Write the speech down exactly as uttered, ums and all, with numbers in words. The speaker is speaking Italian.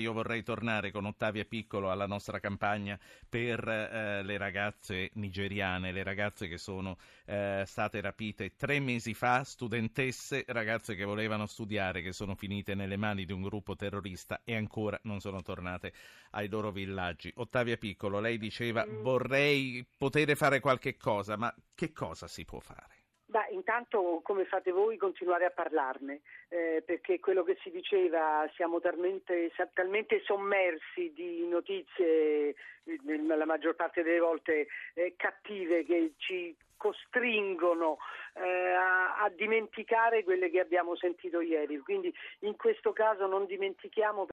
io vorrei tornare con Ottavia Piccolo alla nostra campagna per eh, le ragazze nigeriane, le ragazze che sono eh, state rapite tre mesi fa, studentesse, ragazze che volevano studiare, che sono finite nelle mani di un gruppo terrorista e ancora non sono tornate ai loro villaggi. Ottavia Piccolo, lei diceva vorrei poter fare qualche cosa, ma che cosa si può fare? Beh, intanto, come fate voi, continuare a parlarne, eh, perché quello che si diceva, siamo talmente, talmente sommersi di notizie, nella maggior parte delle volte eh, cattive, che ci costringono eh, a, a dimenticare quelle che abbiamo sentito ieri. Quindi in questo caso non dimentichiamo